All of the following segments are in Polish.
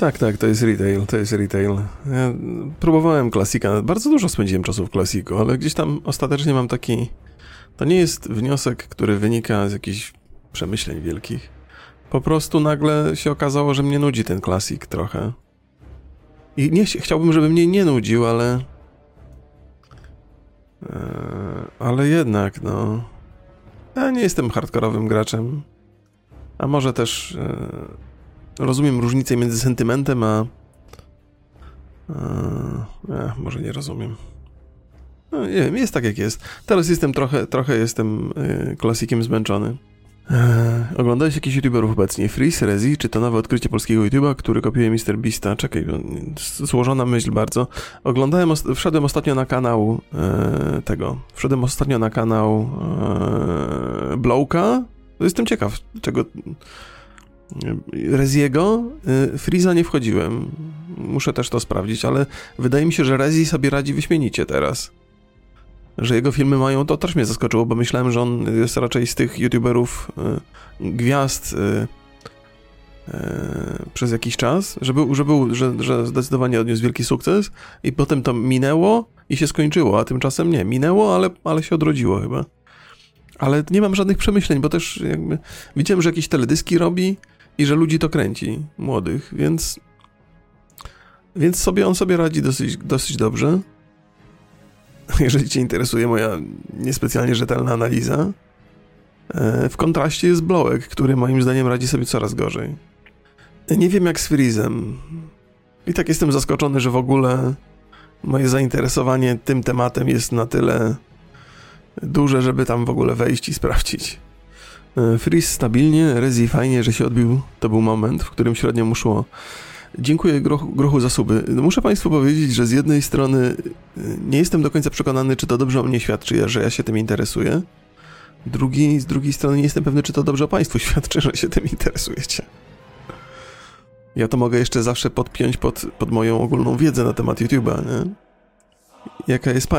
Tak, to jest retail. Ja próbowałem klasika, bardzo dużo spędziłem czasu w klasiku, ale gdzieś tam ostatecznie mam taki... To nie jest wniosek, który wynika z jakichś przemyśleń wielkich. Po prostu nagle się okazało, że mnie nudzi ten klasik trochę. I nie chciałbym, żeby mnie nie nudził, ale... Ale jednak, no... Ja nie jestem hardkorowym graczem. A może też... Rozumiem różnicę między sentymentem może nie rozumiem. No, nie wiem, jest tak jak jest. Teraz jestem trochę jestem klasikiem zmęczony. Oglądałeś jakichś youtuberów obecnie? Freeze, Rezi, czy to nowe odkrycie polskiego youtuba, który kopiuje MrBeasta? Czekaj, złożona myśl bardzo. Wszedłem ostatnio na kanał Blowka. Jestem ciekaw, czego... Reziego, Freeza nie wchodziłem. Muszę też to sprawdzić, ale wydaje mi się, że Rezi sobie radzi wyśmienicie teraz. Że jego filmy mają, to też mnie zaskoczyło, bo myślałem, że on jest raczej z tych youtuberów gwiazd przez jakiś czas, że zdecydowanie odniósł wielki sukces i potem to minęło i się skończyło, a tymczasem nie. Minęło, ale się odrodziło chyba. Ale nie mam żadnych przemyśleń, bo też jakby widziałem, że jakieś teledyski robi i że ludzi to kręci, młodych, więc on sobie radzi dosyć dobrze. Jeżeli cię interesuje moja niespecjalnie rzetelna analiza. W kontraście jest Blowek, który moim zdaniem radzi sobie coraz gorzej. Nie wiem jak z Freezem. I tak jestem zaskoczony, że w ogóle moje zainteresowanie tym tematem jest na tyle duże, żeby tam w ogóle wejść i sprawdzić. Freeze stabilnie, Rezi fajnie, że się odbił. To był moment, w którym średnio mu szło. Dziękuję Grochu za suby. Muszę Państwu powiedzieć, że z jednej strony nie jestem do końca przekonany, czy to dobrze o mnie świadczy, że ja się tym interesuję. Z drugiej strony nie jestem pewny, czy to dobrze o Państwu świadczy, że się tym interesujecie. Ja to mogę jeszcze zawsze podpiąć pod moją ogólną wiedzę na temat YouTube'a, nie? Jakie jest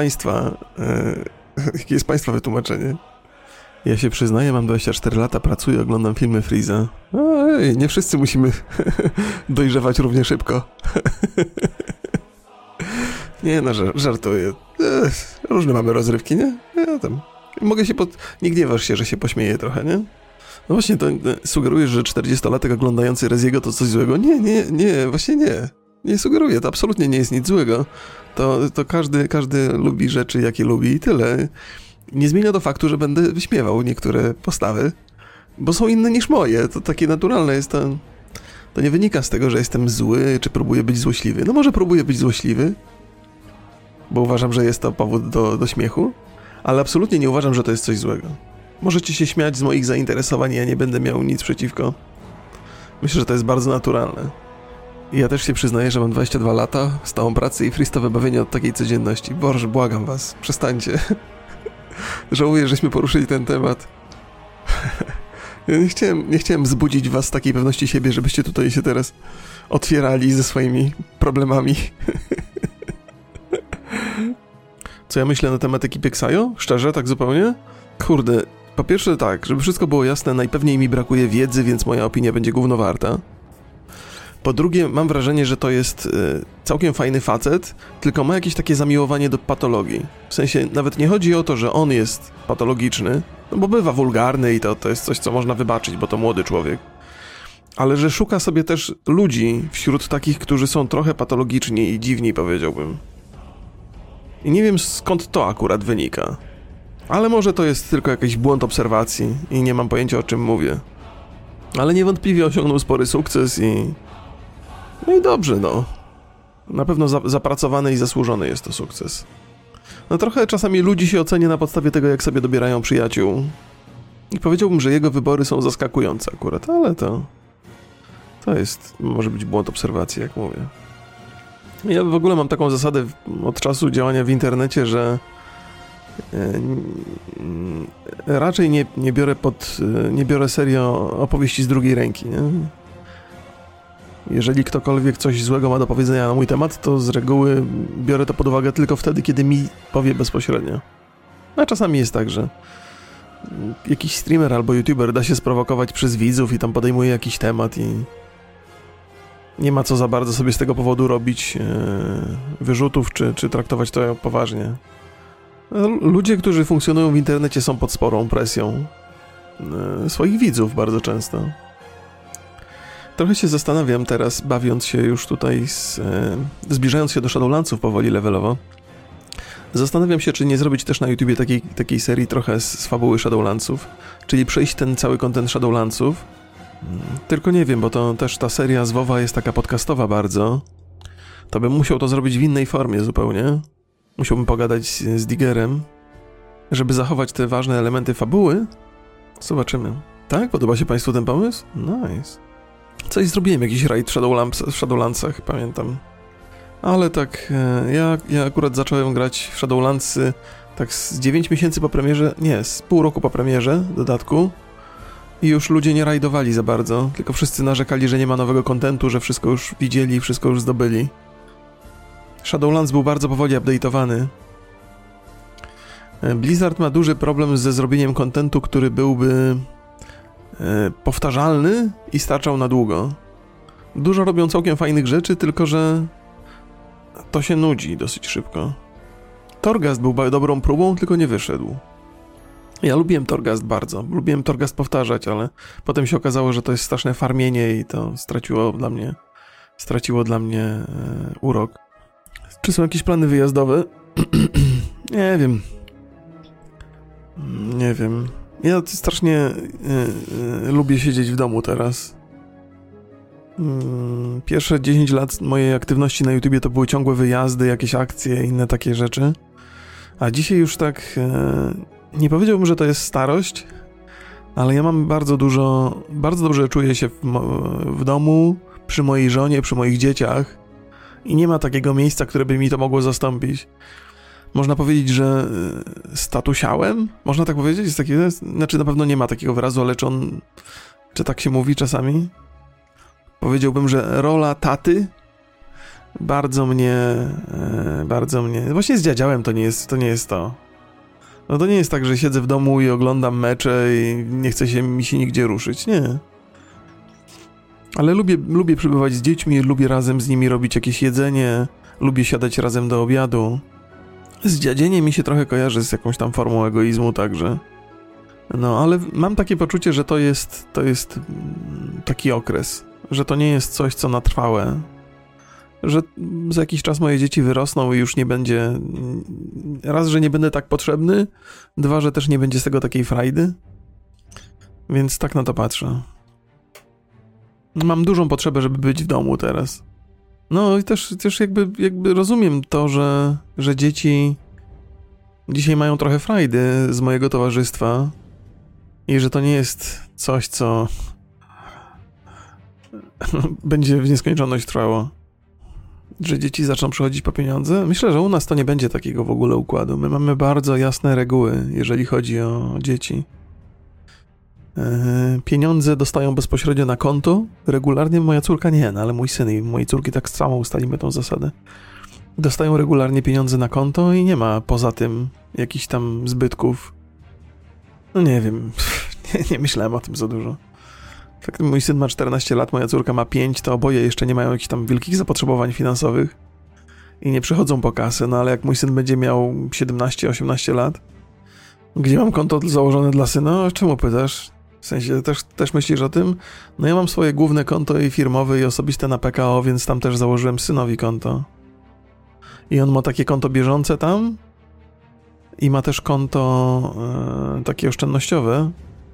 Państwa wytłumaczenie? Ja się przyznaję, mam 24 lata, pracuję, oglądam filmy Freeza. Ej, nie wszyscy musimy dojrzewać równie szybko. Nie no, żartuję. Różne mamy rozrywki, nie? Ja tam... Nie gniewasz się, że się pośmieję trochę, nie? No właśnie, to sugerujesz, że 40-latek oglądający Reziego to coś złego? Nie, właśnie nie. Nie sugeruję, to absolutnie nie jest nic złego. To każdy lubi rzeczy, jakie lubi i tyle. Nie zmienia do faktu, że będę wyśmiewał niektóre postawy, bo są inne niż moje. To takie naturalne jest to. To nie wynika z tego, że jestem zły, czy próbuję być złośliwy. No może próbuję być złośliwy, bo uważam, że jest to powód do śmiechu, ale absolutnie nie uważam, że to jest coś złego. Możecie się śmiać z moich zainteresowań, ja nie będę miał nic przeciwko. Myślę, że to jest bardzo naturalne. I ja też się przyznaję, że mam 22 lata, stałą pracę i freestowe bawienie od takiej codzienności. Boże, błagam was, przestańcie. Żałuję, żeśmy poruszyli ten temat. Ja nie chciałem wzbudzić was z takiej pewności siebie, żebyście tutaj się teraz otwierali ze swoimi problemami. Co ja myślę na temat ekipy Xayo? Szczerze, tak zupełnie? Kurde, po pierwsze tak, żeby wszystko było jasne, najpewniej mi brakuje wiedzy, więc moja opinia będzie gówno warta. Po drugie, mam wrażenie, że to jest całkiem fajny facet, tylko ma jakieś takie zamiłowanie do patologii. W sensie, nawet nie chodzi o to, że on jest patologiczny, no bo bywa wulgarny i to jest coś, co można wybaczyć, bo to młody człowiek. Ale że szuka sobie też ludzi wśród takich, którzy są trochę patologiczni i dziwni, powiedziałbym. I nie wiem, skąd to akurat wynika. Ale może to jest tylko jakiś błąd obserwacji i nie mam pojęcia, o czym mówię. Ale niewątpliwie osiągnął spory sukces i... No i dobrze, no. Na pewno zapracowany i zasłużony jest to sukces. No trochę czasami ludzi się ocenia na podstawie tego, jak sobie dobierają przyjaciół. I powiedziałbym, że jego wybory są zaskakujące akurat, ale to może być błąd obserwacji, jak mówię. Ja w ogóle mam taką zasadę od czasu działania w internecie, że raczej nie biorę serio opowieści z drugiej ręki, nie? Jeżeli ktokolwiek coś złego ma do powiedzenia na mój temat, to z reguły biorę to pod uwagę tylko wtedy, kiedy mi powie bezpośrednio. A czasami jest tak, że jakiś streamer albo youtuber da się sprowokować przez widzów i tam podejmuje jakiś temat Nie ma co za bardzo sobie z tego powodu robić wyrzutów, czy traktować to poważnie. Ludzie, którzy funkcjonują w internecie, są pod sporą presją swoich widzów bardzo często. Trochę się zastanawiam teraz, bawiąc się już tutaj, zbliżając się do Shadowlandsów powoli levelowo. Zastanawiam się, czy nie zrobić też na YouTubie takiej serii trochę z fabuły Shadowlandsów, czyli przejść ten cały content Shadowlandsów. Tylko nie wiem, bo to też ta seria z WoWa jest taka podcastowa bardzo. To bym musiał to zrobić w innej formie zupełnie. Musiałbym pogadać z Diggerem, żeby zachować te ważne elementy fabuły. Zobaczymy. Tak? Podoba się Państwu ten pomysł? Nice. Coś zrobiłem, jakiś raid w Shadowlandsach, pamiętam. Ale tak, ja akurat zacząłem grać w Shadowlandsy tak z 9 miesięcy po premierze, nie, z pół roku po premierze dodatku. I już ludzie nie rajdowali za bardzo, tylko wszyscy narzekali, że nie ma nowego kontentu, że wszystko już widzieli, wszystko już zdobyli. Shadowlands był bardzo powoli update'owany. Blizzard ma duży problem ze zrobieniem kontentu, który byłby powtarzalny i starczał na długo. Dużo robią całkiem fajnych rzeczy, tylko że to się nudzi dosyć szybko. Torghast był dobrą próbą, tylko nie wyszedł. Ja lubiłem Torghast bardzo. Lubiłem Torghast powtarzać, ale potem się okazało, że to jest straszne farmienie i to straciło dla mnie urok. Czy są jakieś plany wyjazdowe? Nie wiem. Nie wiem. Ja strasznie lubię siedzieć w domu teraz. Pierwsze 10 lat mojej aktywności na YouTubie to były ciągłe wyjazdy, jakieś akcje, inne takie rzeczy. A dzisiaj już tak... nie powiedziałbym, że to jest starość, ale ja mam bardzo dobrze czuję się w domu, przy mojej żonie, przy moich dzieciach i nie ma takiego miejsca, które by mi to mogło zastąpić. Można powiedzieć, że statusiałem? Można tak powiedzieć? Jest taki, znaczy na pewno nie ma takiego wyrazu, ale czy tak się mówi czasami? Powiedziałbym, że rola taty bardzo mnie, właśnie z dziadziałem to nie jest to. No to nie jest tak, że siedzę w domu i oglądam mecze i nie chce mi się nigdzie ruszyć, nie. Ale lubię przebywać z dziećmi, lubię razem z nimi robić jakieś jedzenie, lubię siadać razem do obiadu. Z dziadzieniem mi się trochę kojarzy z jakąś tam formą egoizmu także. No, ale mam takie poczucie, że to jest taki okres, że to nie jest coś, co na trwałe. Że za jakiś czas moje dzieci wyrosną i już nie będzie... Raz, że nie będę tak potrzebny, dwa, że też nie będzie z tego takiej frajdy. Więc tak na to patrzę. Mam dużą potrzebę, żeby być w domu teraz. No i też jakby rozumiem to, że dzieci dzisiaj mają trochę frajdy z mojego towarzystwa i że to nie jest coś, co będzie w nieskończoność trwało. Że dzieci zaczną przychodzić po pieniądze. Myślę, że u nas to nie będzie takiego w ogóle układu. My mamy bardzo jasne reguły, jeżeli chodzi o dzieci. Pieniądze dostają bezpośrednio na konto. Regularnie moja córka nie, no ale mój syn i mojej córki tak samo ustalimy tą zasadę. Dostają regularnie pieniądze na konto i nie ma poza tym jakichś tam zbytków. No nie wiem, nie myślałem o tym za dużo. Fakt, mój syn ma 14 lat, moja córka ma 5, to oboje jeszcze nie mają jakichś tam wielkich zapotrzebowań finansowych i nie przychodzą po kasę, no ale jak mój syn będzie miał 17-18 lat, gdzie mam konto założone dla syna? Czemu pytasz? W sensie, też myślisz o tym? No ja mam swoje główne konto i firmowe i osobiste na PKO, więc tam też założyłem synowi konto. I on ma takie konto bieżące tam i ma też konto takie oszczędnościowe.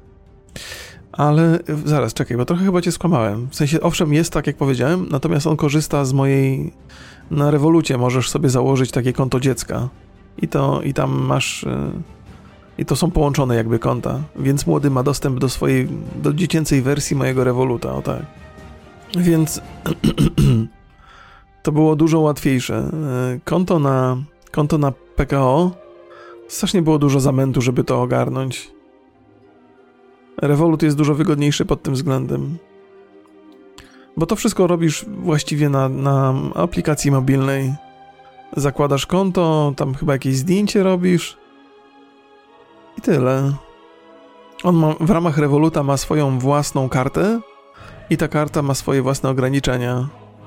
Ale zaraz, czekaj, bo trochę chyba cię skłamałem. W sensie, owszem, jest tak, jak powiedziałem, natomiast on korzysta z mojej... Na Revolucie możesz sobie założyć takie konto dziecka. I tam masz... I to są połączone jakby konta. Więc młody ma dostęp do dziecięcej wersji mojego Revoluta, o tak. Więc... to było dużo łatwiejsze. Konto na PKO... Strasznie było dużo zamętu, żeby to ogarnąć. Revolut jest dużo wygodniejszy pod tym względem. Bo to wszystko robisz właściwie na aplikacji mobilnej. Zakładasz konto, tam chyba jakieś zdjęcie robisz. I tyle. On w ramach Revoluta ma swoją własną kartę i ta karta ma swoje własne ograniczenia.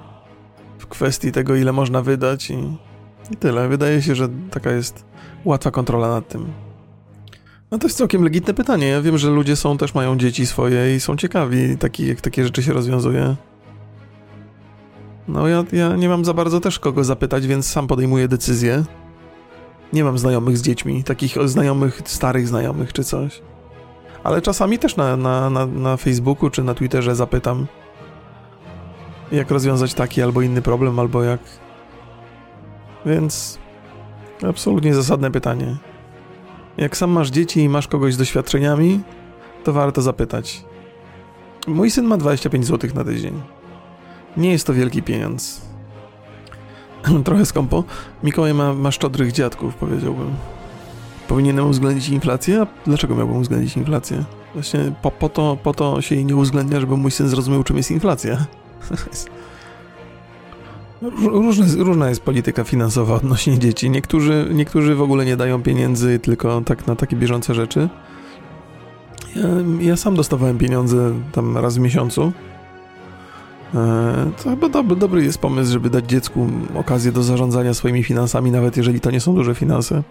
w kwestii tego, ile można wydać i tyle. Wydaje się, że taka jest łatwa kontrola nad tym. No to jest całkiem legitne pytanie. Ja wiem, że ludzie też mają dzieci swoje i są ciekawi, jak takie rzeczy się rozwiązuje. No ja nie mam za bardzo też kogo zapytać, więc sam podejmuję decyzję. Nie mam znajomych z dziećmi, takich znajomych, starych znajomych czy coś. Ale czasami też na Facebooku czy na Twitterze zapytam, jak rozwiązać taki albo inny problem, albo jak... Więc absolutnie zasadne pytanie. Jak sam masz dzieci i masz kogoś z doświadczeniami, to warto zapytać. Mój syn ma 25 zł na tydzień. Nie jest to wielki pieniądz. Trochę skąpo. Mikołaj ma szczodrych dziadków, powiedziałbym. Powinienem uwzględnić inflację? A dlaczego miałbym uwzględnić inflację? Właśnie po to się jej nie uwzględnia, żeby mój syn zrozumiał, czym jest inflacja. Różna jest polityka finansowa odnośnie dzieci. Niektórzy w ogóle nie dają pieniędzy, tylko tak na takie bieżące rzeczy. Ja sam dostawałem pieniądze tam raz w miesiącu. To chyba dobry jest pomysł, żeby dać dziecku okazję do zarządzania swoimi finansami, nawet jeżeli to nie są duże finanse.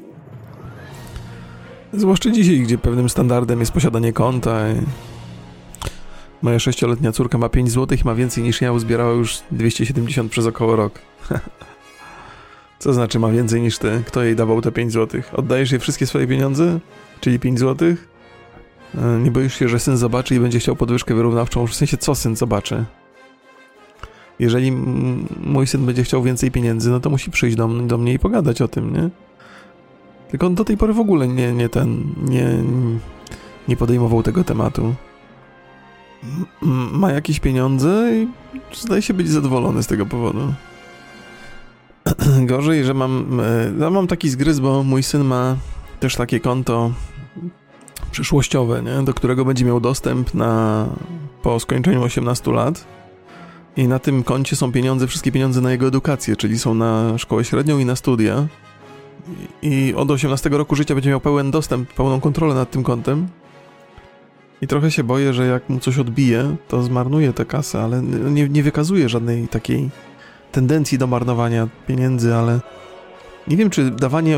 Zwłaszcza dzisiaj, gdzie pewnym standardem jest posiadanie konta. Moja 6-letnia córka ma 5 zł i ma więcej niż ja, uzbierała już 270 przez około rok. Co znaczy ma więcej niż ty? Kto jej dawał te 5 zł? Oddajesz jej wszystkie swoje pieniądze? Czyli 5 zł? Nie boisz się, że syn zobaczy i będzie chciał podwyżkę wyrównawczą? W sensie, co syn zobaczy? Jeżeli mój syn będzie chciał więcej pieniędzy, no to musi przyjść do mnie i pogadać o tym, nie? Tylko on do tej pory w ogóle nie podejmował tego tematu. Ma jakieś pieniądze i zdaje się być zadowolony z tego powodu. Gorzej, że mam taki zgryz, bo mój syn ma też takie konto przyszłościowe, nie? Do którego będzie miał dostęp po skończeniu 18 lat. I na tym koncie są wszystkie pieniądze na jego edukację, czyli są na szkołę średnią i na studia. I od 18 roku życia będzie miał pełen dostęp, pełną kontrolę nad tym kontem. I trochę się boję, że jak mu coś odbije, to zmarnuje tę kasę, ale nie wykazuje żadnej takiej tendencji do marnowania pieniędzy, ale nie wiem, czy dawanie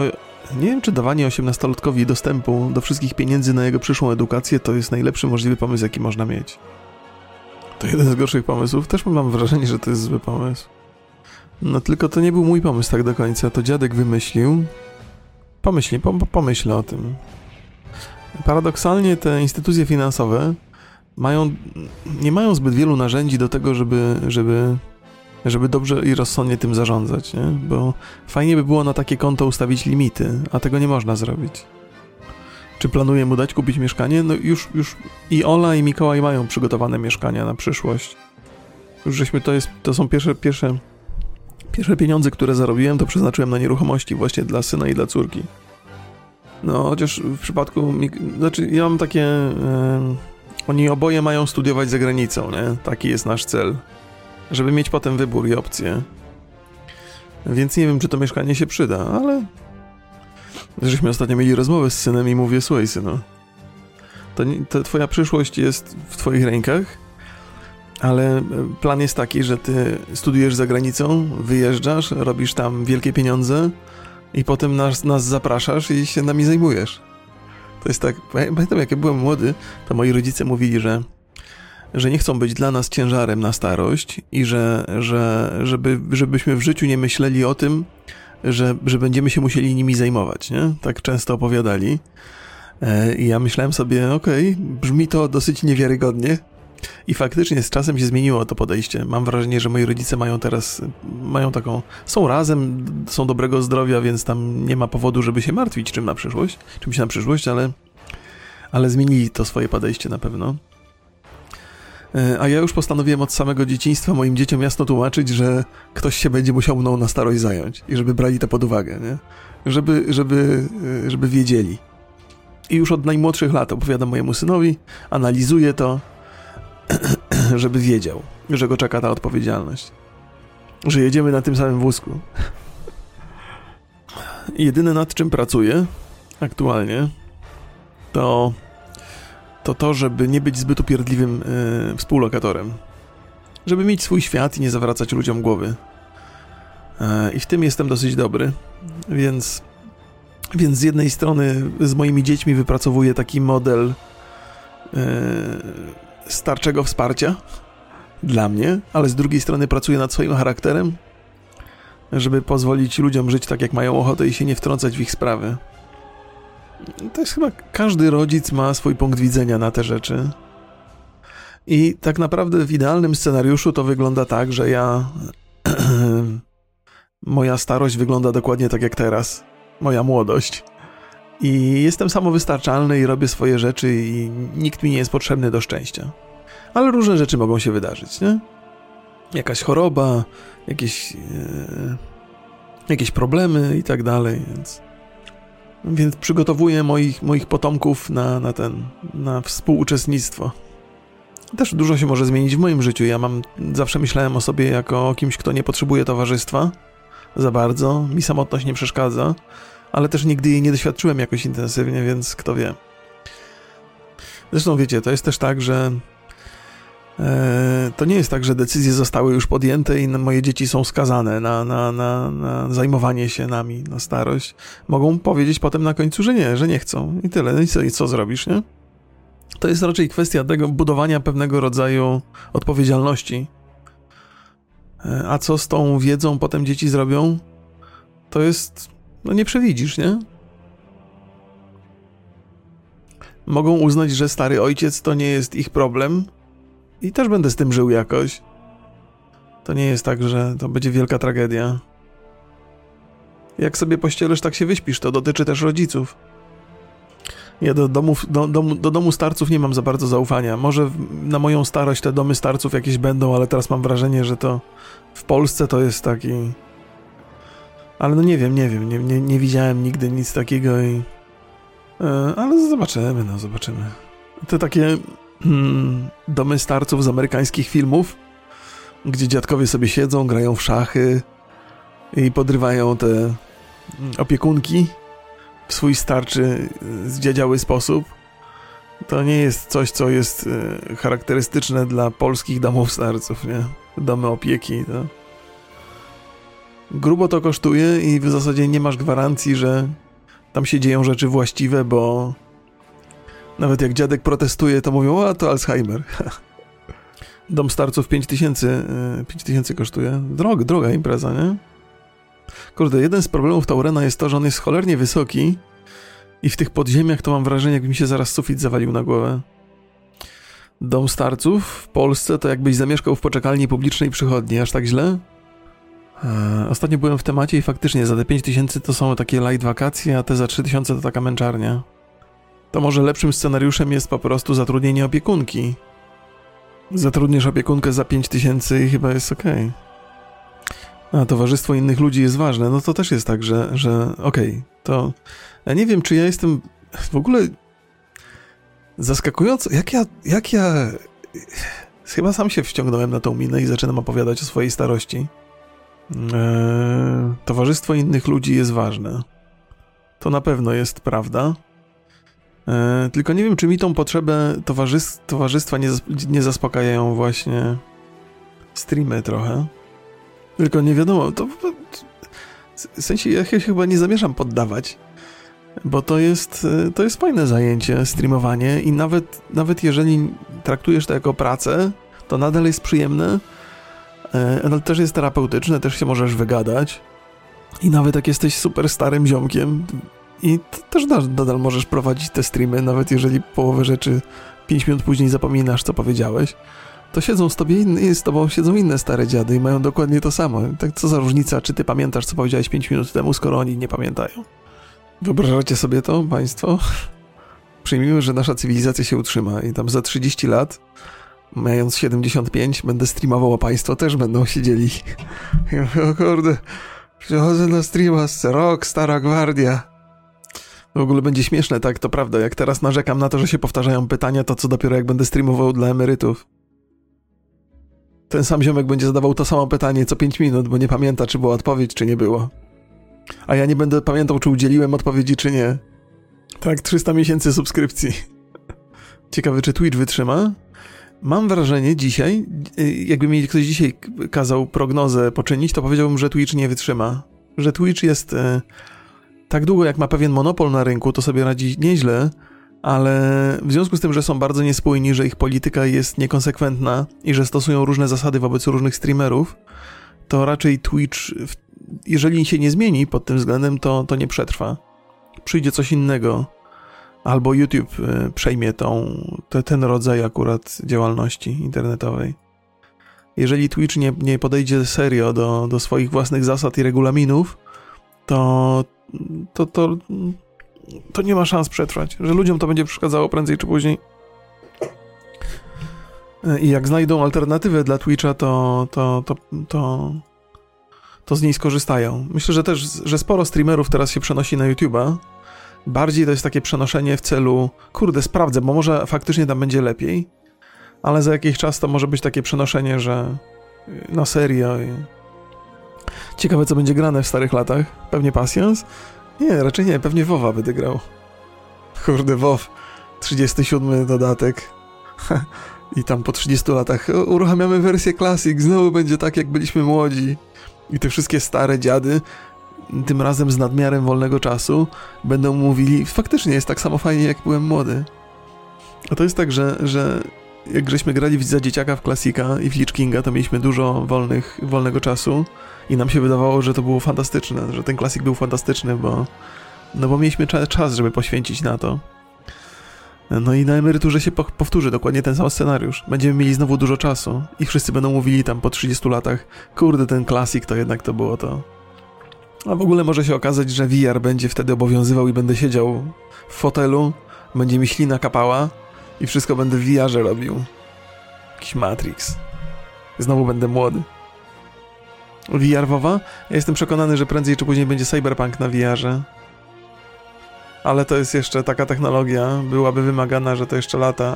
18-latkowi dostępu do wszystkich pieniędzy na jego przyszłą edukację to jest najlepszy możliwy pomysł, jaki można mieć. To jeden z gorszych pomysłów. Też mam wrażenie, że to jest zły pomysł. No tylko to nie był mój pomysł tak do końca. To dziadek wymyślił. Pomyślę o tym. Paradoksalnie te instytucje finansowe nie mają zbyt wielu narzędzi do tego, żeby dobrze i rozsądnie tym zarządzać, nie? Bo fajnie by było na takie konto ustawić limity, a tego nie można zrobić. Czy planuję mu dać kupić mieszkanie? No już i Ola i Mikołaj mają przygotowane mieszkania na przyszłość. Już to są pierwsze pieniądze, które zarobiłem, to przeznaczyłem na nieruchomości właśnie dla syna i dla córki. No, chociaż w przypadku... ja mam takie... oni oboje mają studiować za granicą, nie? Taki jest nasz cel. Żeby mieć potem wybór i opcję. Więc nie wiem, czy to mieszkanie się przyda, ale... Żeśmy ostatnio mieli rozmowę z synem i mówię, słuchaj synu, to twoja przyszłość jest w twoich rękach, ale plan jest taki, że ty studiujesz za granicą, wyjeżdżasz, robisz tam wielkie pieniądze i potem nas zapraszasz i się nami zajmujesz. To jest tak, pamiętam jak ja byłem młody, to moi rodzice mówili, że nie chcą być dla nas ciężarem na starość i żebyśmy w życiu nie myśleli o tym, że będziemy się musieli nimi zajmować, nie? Tak często opowiadali. I ja myślałem sobie, okej, brzmi to dosyć niewiarygodnie. I faktycznie z czasem się zmieniło to podejście. Mam wrażenie, że moi rodzice mają taką... Są razem, są dobrego zdrowia, więc tam nie ma powodu, żeby się martwić czymś na przyszłość, ale zmienili to swoje podejście na pewno. A ja już postanowiłem od samego dzieciństwa moim dzieciom jasno tłumaczyć, że ktoś się będzie musiał mną na starość zająć i żeby brali to pod uwagę, nie? Żeby wiedzieli. I już od najmłodszych lat opowiadam mojemu synowi, analizuję to, żeby wiedział, że go czeka ta odpowiedzialność. Że jedziemy na tym samym wózku. Jedyne nad czym pracuję aktualnie to, żeby nie być zbyt upierdliwym współlokatorem. żeby mieć swój świat i nie zawracać ludziom głowy. I w tym jestem dosyć dobry, więc z jednej strony z moimi dziećmi wypracowuję taki model starczego wsparcia dla mnie, ale z drugiej strony pracuję nad swoim charakterem, żeby pozwolić ludziom żyć tak, jak mają ochotę i się nie wtrącać w ich sprawy. To jest chyba, każdy rodzic ma swój punkt widzenia na te rzeczy. I tak naprawdę w idealnym scenariuszu to wygląda tak, że moja starość wygląda dokładnie tak jak teraz. Moja młodość. I jestem samowystarczalny i robię swoje rzeczy i nikt mi nie jest potrzebny do szczęścia. Ale różne rzeczy mogą się wydarzyć, nie? Jakaś choroba, jakieś problemy i tak dalej, więc przygotowuję moich potomków na współuczestnictwo. Też dużo się może zmienić w moim życiu. Zawsze myślałem o sobie jako o kimś, kto nie potrzebuje towarzystwa za bardzo. Mi samotność nie przeszkadza, ale też nigdy jej nie doświadczyłem jakoś intensywnie, więc kto wie. Zresztą wiecie, to jest też tak, że to nie jest tak, że decyzje zostały już podjęte i moje dzieci są skazane na zajmowanie się nami na starość. Mogą powiedzieć potem na końcu, że nie chcą i tyle. No i co zrobisz, nie? To jest raczej kwestia tego budowania pewnego rodzaju odpowiedzialności. A co z tą wiedzą potem dzieci zrobią? To jest... No nie przewidzisz, nie? Mogą uznać, że stary ojciec to nie jest ich problem i też będę z tym żył jakoś. To nie jest tak, że to będzie wielka tragedia. Jak sobie pościelesz, tak się wyśpisz. To dotyczy też rodziców. Ja do domu starców nie mam za bardzo zaufania. Może na moją starość te domy starców jakieś będą, ale teraz mam wrażenie, że to w Polsce to jest taki... Ale no nie wiem, nie widziałem nigdy nic takiego ale zobaczymy. Te takie domy starców z amerykańskich filmów, gdzie dziadkowie sobie siedzą, grają w szachy i podrywają te opiekunki w swój starczy, zdziadziały sposób. To nie jest coś, co jest charakterystyczne dla polskich domów starców, nie? Domy opieki, to... Grubo to kosztuje i w zasadzie nie masz gwarancji, że tam się dzieją rzeczy właściwe, bo nawet jak dziadek protestuje, to mówią, a to Alzheimer. Dom starców 5000 kosztuje. Droga impreza, nie? Kurde, jeden z problemów Taurena jest to, że on jest cholernie wysoki i w tych podziemiach to mam wrażenie, jakby mi się zaraz sufit zawalił na głowę. Dom starców w Polsce to jakbyś zamieszkał w poczekalni publicznej przychodni, aż tak źle? Ostatnio byłem w temacie i faktycznie za te 5000 to są takie light wakacje, a te za 3000 to taka męczarnia. To może lepszym scenariuszem jest po prostu zatrudnienie opiekunki. Zatrudniesz opiekunkę za 5000 i chyba jest okej. A towarzystwo innych ludzi jest ważne. No to też jest tak, że okej. To ja nie wiem, czy ja jestem w ogóle zaskakująco... Jak ja... Chyba sam się wciągnąłem na tą minę i zaczynam opowiadać o swojej starości. Towarzystwo innych ludzi jest ważne. To na pewno jest prawda. Tylko nie wiem, czy mi tą potrzebę towarzystwa nie zaspokajają właśnie streamy trochę. Tylko nie wiadomo, w sensie ja się chyba nie zamierzam poddawać, bo to jest fajne zajęcie, streamowanie i nawet jeżeli traktujesz to jako pracę, to nadal jest przyjemne, ale też jest terapeutyczne, też się możesz wygadać i nawet jak jesteś super starym ziomkiem i też nadal możesz prowadzić te streamy, nawet jeżeli połowę rzeczy 5 minut później zapominasz, co powiedziałeś, to siedzą z tobą siedzą inne stare dziady i mają dokładnie to samo. Tak, co za różnica, czy ty pamiętasz, co powiedziałeś 5 minut temu, skoro oni nie pamiętają. Wyobrażacie sobie to, państwo? Przyjmijmy, że nasza cywilizacja się utrzyma i tam za 30 lat, mając 75, będę streamował, a państwo też będą siedzieli. O kurde, przychodzę na streama, rok, stara gwardia. W ogóle będzie śmieszne, tak, to prawda. Jak teraz narzekam na to, że się powtarzają pytania, to co dopiero jak będę streamował dla emerytów. Ten sam ziomek będzie zadawał to samo pytanie co 5 minut, bo nie pamięta, czy była odpowiedź, czy nie było. A ja nie będę pamiętał, czy udzieliłem odpowiedzi, czy nie. Tak, 300 miesięcy subskrypcji. Ciekawe, czy Twitch wytrzyma? mam wrażenie dzisiaj, jakby mi ktoś dzisiaj kazał prognozę poczynić, to powiedziałbym, że Twitch nie wytrzyma. Że Twitch jest tak długo, jak ma pewien monopol na rynku, to sobie radzi nieźle, ale w związku z tym, że są bardzo niespójni, że ich polityka jest niekonsekwentna i że stosują różne zasady wobec różnych streamerów, to raczej Twitch, jeżeli się nie zmieni pod tym względem, to nie przetrwa. Przyjdzie coś innego. Albo YouTube przejmie ten rodzaj akurat działalności internetowej. Jeżeli Twitch nie podejdzie serio do swoich własnych zasad i regulaminów, to nie ma szans przetrwać. Że ludziom to będzie przeszkadzało prędzej czy później. I jak znajdą alternatywę dla Twitcha, to z niej skorzystają. Myślę, że też, że sporo streamerów teraz się przenosi na YouTube'a. Bardziej to jest takie przenoszenie w celu, sprawdzę, bo może faktycznie tam będzie lepiej, ale za jakiś czas to może być takie przenoszenie, że na serio. Ciekawe, co będzie grane w starych latach. Pewnie Passions? Nie, raczej nie, pewnie WoWa będę grał. WoW, 37 dodatek. I tam po 30 latach uruchamiamy wersję Classic, znowu będzie tak, jak byliśmy młodzi. I te wszystkie stare dziady, tym razem z nadmiarem wolnego czasu, będą mówili, faktycznie jest tak samo fajnie, jak byłem młody. A to jest tak, że jak żeśmy grali za dzieciaka w Classica i w Lich Kinga, to mieliśmy dużo wolnego czasu i nam się wydawało, że to było fantastyczne, że ten Classic był fantastyczny, bo mieliśmy czas, żeby poświęcić na to. No i na emeryturze się powtórzy dokładnie ten sam scenariusz. Będziemy mieli znowu dużo czasu i wszyscy będą mówili tam po 30 latach, ten Classic to jednak to było to. A w ogóle może się okazać, że VR będzie wtedy obowiązywał i będę siedział w fotelu, będzie mi ślina kapała i wszystko będę w VR-ze robił. Jakiś Matrix. Znowu będę młody. VR WoWa? Ja jestem przekonany, że prędzej czy później będzie Cyberpunk na VR-ze. Ale to jest jeszcze taka technologia, byłaby wymagana, że to jeszcze lata,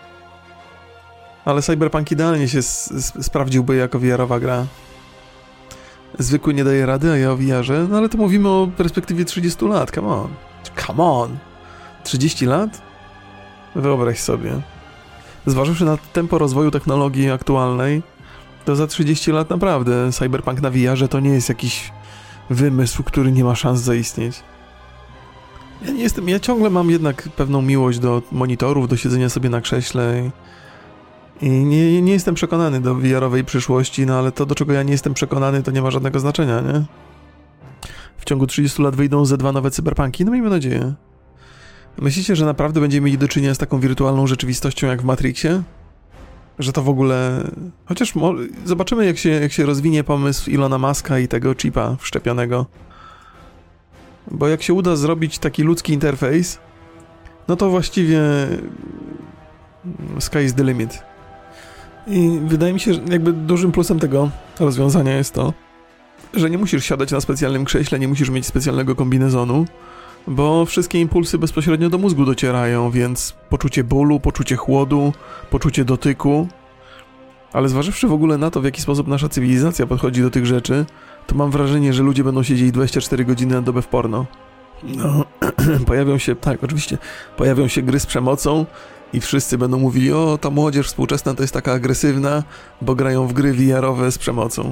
ale Cyberpunk idealnie się sprawdziłby jako VR-owa gra. Zwykły nie daje rady, a ja o VR-ze, no ale to mówimy o perspektywie 30 lat, come on, 30 lat? Wyobraź sobie. Zważywszy na tempo rozwoju technologii aktualnej, to za 30 lat naprawdę Cyberpunk na VR-ze to nie jest jakiś wymysł, który nie ma szans zaistnieć. Ja ciągle mam jednak pewną miłość do monitorów, do siedzenia sobie na krześle i nie jestem przekonany do VR-owej przyszłości, no ale to, do czego ja nie jestem przekonany, to nie ma żadnego znaczenia, nie? W ciągu 30 lat wyjdą ze 2 nowe cyberpunki, no miejmy nadzieję. Myślicie, że naprawdę będziemy mieli do czynienia z taką wirtualną rzeczywistością jak w Matrixie? Że to w ogóle... Chociaż zobaczymy, jak się rozwinie pomysł Ilona Muska i tego chipa wszczepionego. Bo jak się uda zrobić taki ludzki interfejs, no to właściwie sky is the limit. I wydaje mi się, że jakby dużym plusem tego rozwiązania jest to, że nie musisz siadać na specjalnym krześle, nie musisz mieć specjalnego kombinezonu, bo wszystkie impulsy bezpośrednio do mózgu docierają, więc poczucie bólu, poczucie chłodu, poczucie dotyku. Ale zważywszy w ogóle na to, w jaki sposób nasza cywilizacja podchodzi do tych rzeczy, to mam wrażenie, że ludzie będą siedzieli 24 godziny na dobę w porno. No, pojawią się gry z przemocą i wszyscy będą mówili, o, ta młodzież współczesna to jest taka agresywna, bo grają w gry VR-owe z przemocą.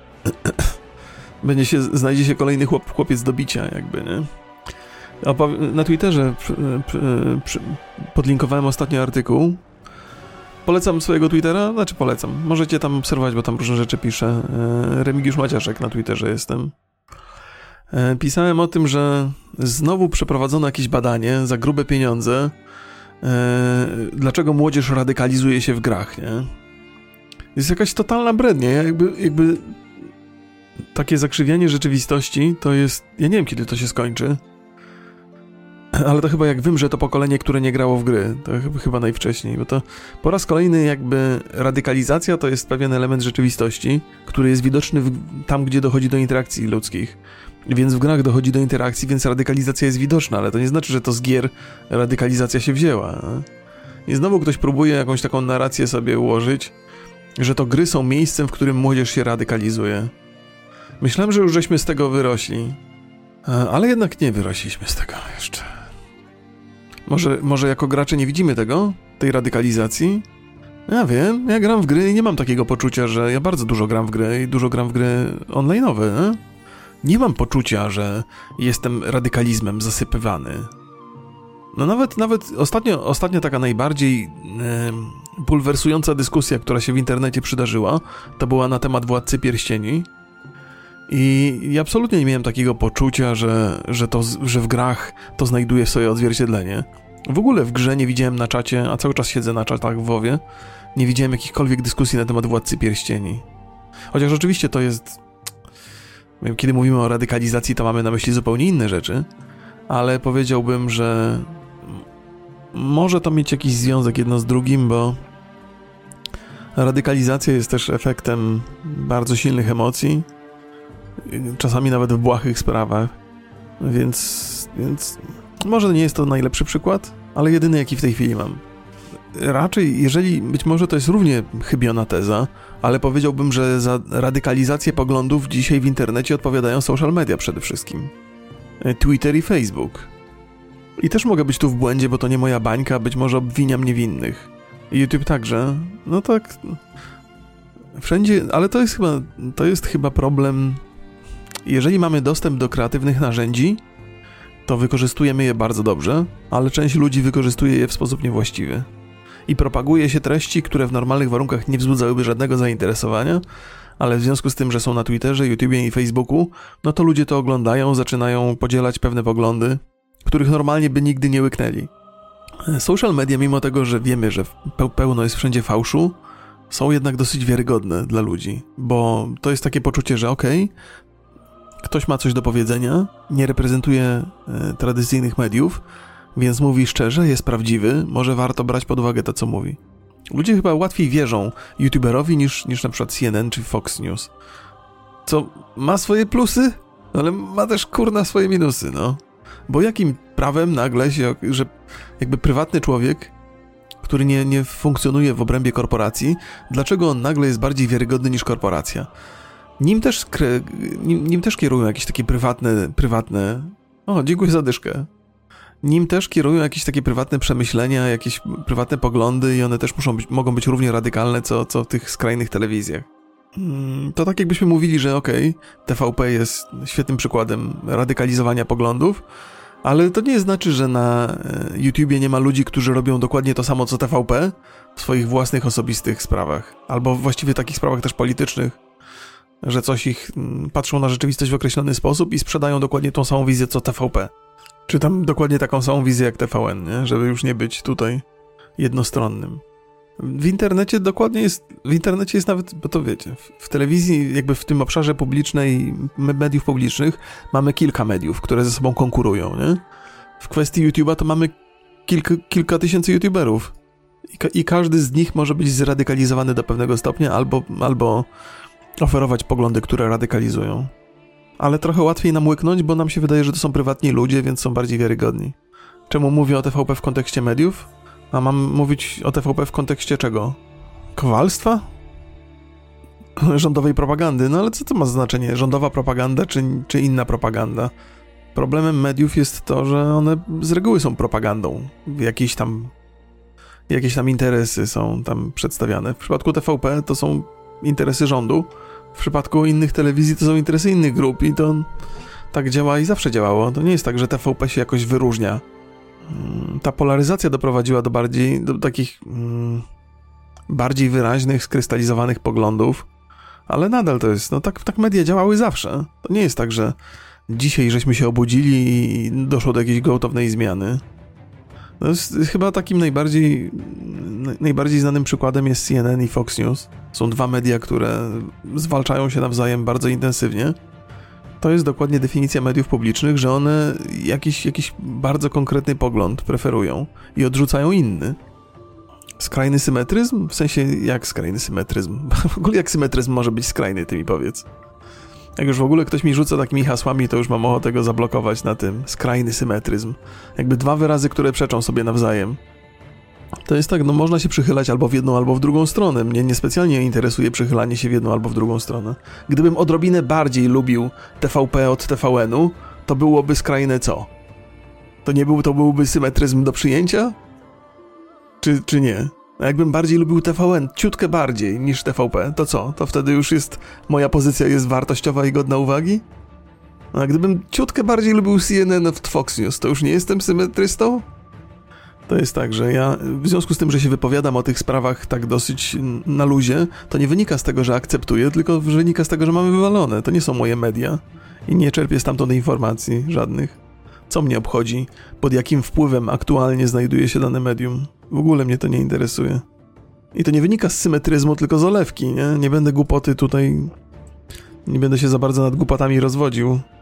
Znajdzie się kolejny chłopiec do bicia, jakby, nie? Na Twitterze podlinkowałem ostatnio artykuł. Polecam swojego Twittera, polecam. Możecie tam obserwować, bo tam różne rzeczy piszę. Remigiusz Maciaszek na Twitterze jestem. Pisałem o tym, że znowu przeprowadzono jakieś badanie za grube pieniądze, dlaczego młodzież radykalizuje się w grach, nie? Jest jakaś totalna brednia, jakby takie zakrzywianie rzeczywistości to jest... Ja nie wiem, kiedy to się skończy, ale to chyba jak wymrze to pokolenie, które nie grało w gry. To chyba najwcześniej, bo to po raz kolejny jakby radykalizacja to jest pewien element rzeczywistości, który jest widoczny tam, gdzie dochodzi do interakcji ludzkich. Więc w grach dochodzi do interakcji, więc radykalizacja jest widoczna, ale to nie znaczy, że to z gier radykalizacja się wzięła. I znowu ktoś próbuje jakąś taką narrację sobie ułożyć, że to gry są miejscem, w którym młodzież się radykalizuje. Myślałem, że już żeśmy z tego wyrośli, ale jednak nie wyrośliśmy z tego jeszcze. Może jako gracze nie widzimy tej radykalizacji? Ja wiem, ja gram w gry i nie mam takiego poczucia, że ja bardzo dużo gram w gry i dużo gram w gry online'owe. Nie mam poczucia, że jestem radykalizmem zasypywany. No nawet ostatnio taka najbardziej bulwersująca dyskusja, która się w internecie przydarzyła, to była na temat Władcy Pierścieni. I absolutnie nie miałem takiego poczucia, że w grach to znajduje swoje odzwierciedlenie. W ogóle w grze nie widziałem na czacie, a cały czas siedzę na czatach w WoWie, nie widziałem jakichkolwiek dyskusji na temat Władcy Pierścieni. Chociaż oczywiście to jest... Kiedy mówimy o radykalizacji, to mamy na myśli zupełnie inne rzeczy, ale powiedziałbym, że może to mieć jakiś związek jedno z drugim, bo radykalizacja jest też efektem bardzo silnych emocji, czasami nawet w błahych sprawach, więc może nie jest to najlepszy przykład, ale jedyny jaki w tej chwili mam. Raczej, jeżeli być może to jest równie chybiona teza, ale powiedziałbym, że za radykalizację poglądów dzisiaj w internecie odpowiadają social media przede wszystkim. Twitter i Facebook. I też mogę być tu w błędzie, bo to nie moja bańka, być może obwiniam niewinnych. YouTube także. No tak. Wszędzie, ale to jest chyba problem. Jeżeli mamy dostęp do kreatywnych narzędzi, to wykorzystujemy je bardzo dobrze, ale część ludzi wykorzystuje je w sposób niewłaściwy. I propaguje się treści, które w normalnych warunkach nie wzbudzałyby żadnego zainteresowania, ale w związku z tym, że są na Twitterze, YouTubie i Facebooku, no to ludzie to oglądają, zaczynają podzielać pewne poglądy, których normalnie by nigdy nie łyknęli. Social media, mimo tego, że wiemy, że pełno jest wszędzie fałszu, są jednak dosyć wiarygodne dla ludzi, bo to jest takie poczucie, że ktoś ma coś do powiedzenia, nie reprezentuje tradycyjnych mediów, więc mówi szczerze, jest prawdziwy, może warto brać pod uwagę to, co mówi. Ludzie chyba łatwiej wierzą YouTuberowi niż na przykład CNN czy Fox News. Co ma swoje plusy, ale ma też swoje minusy, no. Bo jakim prawem nagle że jakby prywatny człowiek, który nie funkcjonuje w obrębie korporacji, dlaczego on nagle jest bardziej wiarygodny niż korporacja? Nim też kierują jakieś takie prywatne... O, dziękuję za dyszkę. Nim też kierują jakieś takie prywatne przemyślenia, jakieś prywatne poglądy i one też mogą być równie radykalne, co w tych skrajnych telewizjach. To tak jakbyśmy mówili, że TVP jest świetnym przykładem radykalizowania poglądów, ale to nie znaczy, że na YouTubie nie ma ludzi, którzy robią dokładnie to samo, co TVP w swoich własnych, osobistych sprawach. Albo właściwie takich sprawach też politycznych, że patrzą na rzeczywistość w określony sposób i sprzedają dokładnie tą samą wizję, co TVP. Czy tam dokładnie taką samą wizję jak TVN, nie? Żeby już nie być tutaj jednostronnym. W internecie jest nawet, bo to wiecie, w telewizji, jakby w tym obszarze publicznej, mediów publicznych, mamy kilka mediów, które ze sobą konkurują, nie? W kwestii YouTube'a to mamy kilka tysięcy YouTuberów i każdy z nich może być zradykalizowany do pewnego stopnia albo oferować poglądy, które radykalizują. Ale trochę łatwiej nam łyknąć, bo nam się wydaje, że to są prywatni ludzie, więc są bardziej wiarygodni. Czemu mówię o TVP w kontekście mediów? A mam mówić o TVP w kontekście czego? Kowalstwa? Rządowej propagandy? No ale co to ma znaczenie? Rządowa propaganda czy inna propaganda? Problemem mediów jest to, że one z reguły są propagandą. Jakieś tam interesy są tam przedstawiane. W przypadku TVP to są interesy rządu. W przypadku innych telewizji to są interesy innych grup i to tak działa i zawsze działało. To nie jest tak, że TVP się jakoś wyróżnia. Ta polaryzacja doprowadziła do takich bardziej wyraźnych, skrystalizowanych poglądów, ale nadal to jest, tak media działały zawsze. To nie jest tak, że dzisiaj żeśmy się obudzili i doszło do jakiejś gwałtownej zmiany. To jest chyba takim najbardziej znanym przykładem jest CNN i Fox News. Są dwa media, które zwalczają się nawzajem bardzo intensywnie. To jest dokładnie definicja mediów publicznych, że one jakiś bardzo konkretny pogląd preferują i odrzucają inny. Skrajny symetryzm? W sensie, jak skrajny symetryzm? W ogóle jak symetryzm może być skrajny, ty mi powiedz. Jak już w ogóle ktoś mi rzuca takimi hasłami, to już mam ochotę go zablokować na tym. Skrajny symetryzm. Jakby dwa wyrazy, które przeczą sobie nawzajem. To jest tak, można się przychylać albo w jedną, albo w drugą stronę. Mnie niespecjalnie interesuje przychylanie się w jedną albo w drugą stronę. Gdybym odrobinę bardziej lubił TVP od TVN-u, to byłoby skrajne co? To byłby symetryzm do przyjęcia? Czy nie? A jakbym bardziej lubił TVN, ciutkę bardziej niż TVP, to co? To wtedy już moja pozycja jest wartościowa i godna uwagi? A gdybym ciutkę bardziej lubił CNN od Fox News, to już nie jestem symetrystą? To jest tak, że ja w związku z tym, że się wypowiadam o tych sprawach tak dosyć na luzie, to nie wynika z tego, że akceptuję, tylko wynika z tego, że mamy wywalone. To nie są moje media i nie czerpię stamtąd informacji żadnych. Co mnie obchodzi, pod jakim wpływem aktualnie znajduje się dane medium? W ogóle mnie to nie interesuje. I to nie wynika z symetryzmu, tylko z olewki, nie? Nie będę głupoty tutaj... Nie będę się za bardzo nad głupotami rozwodził.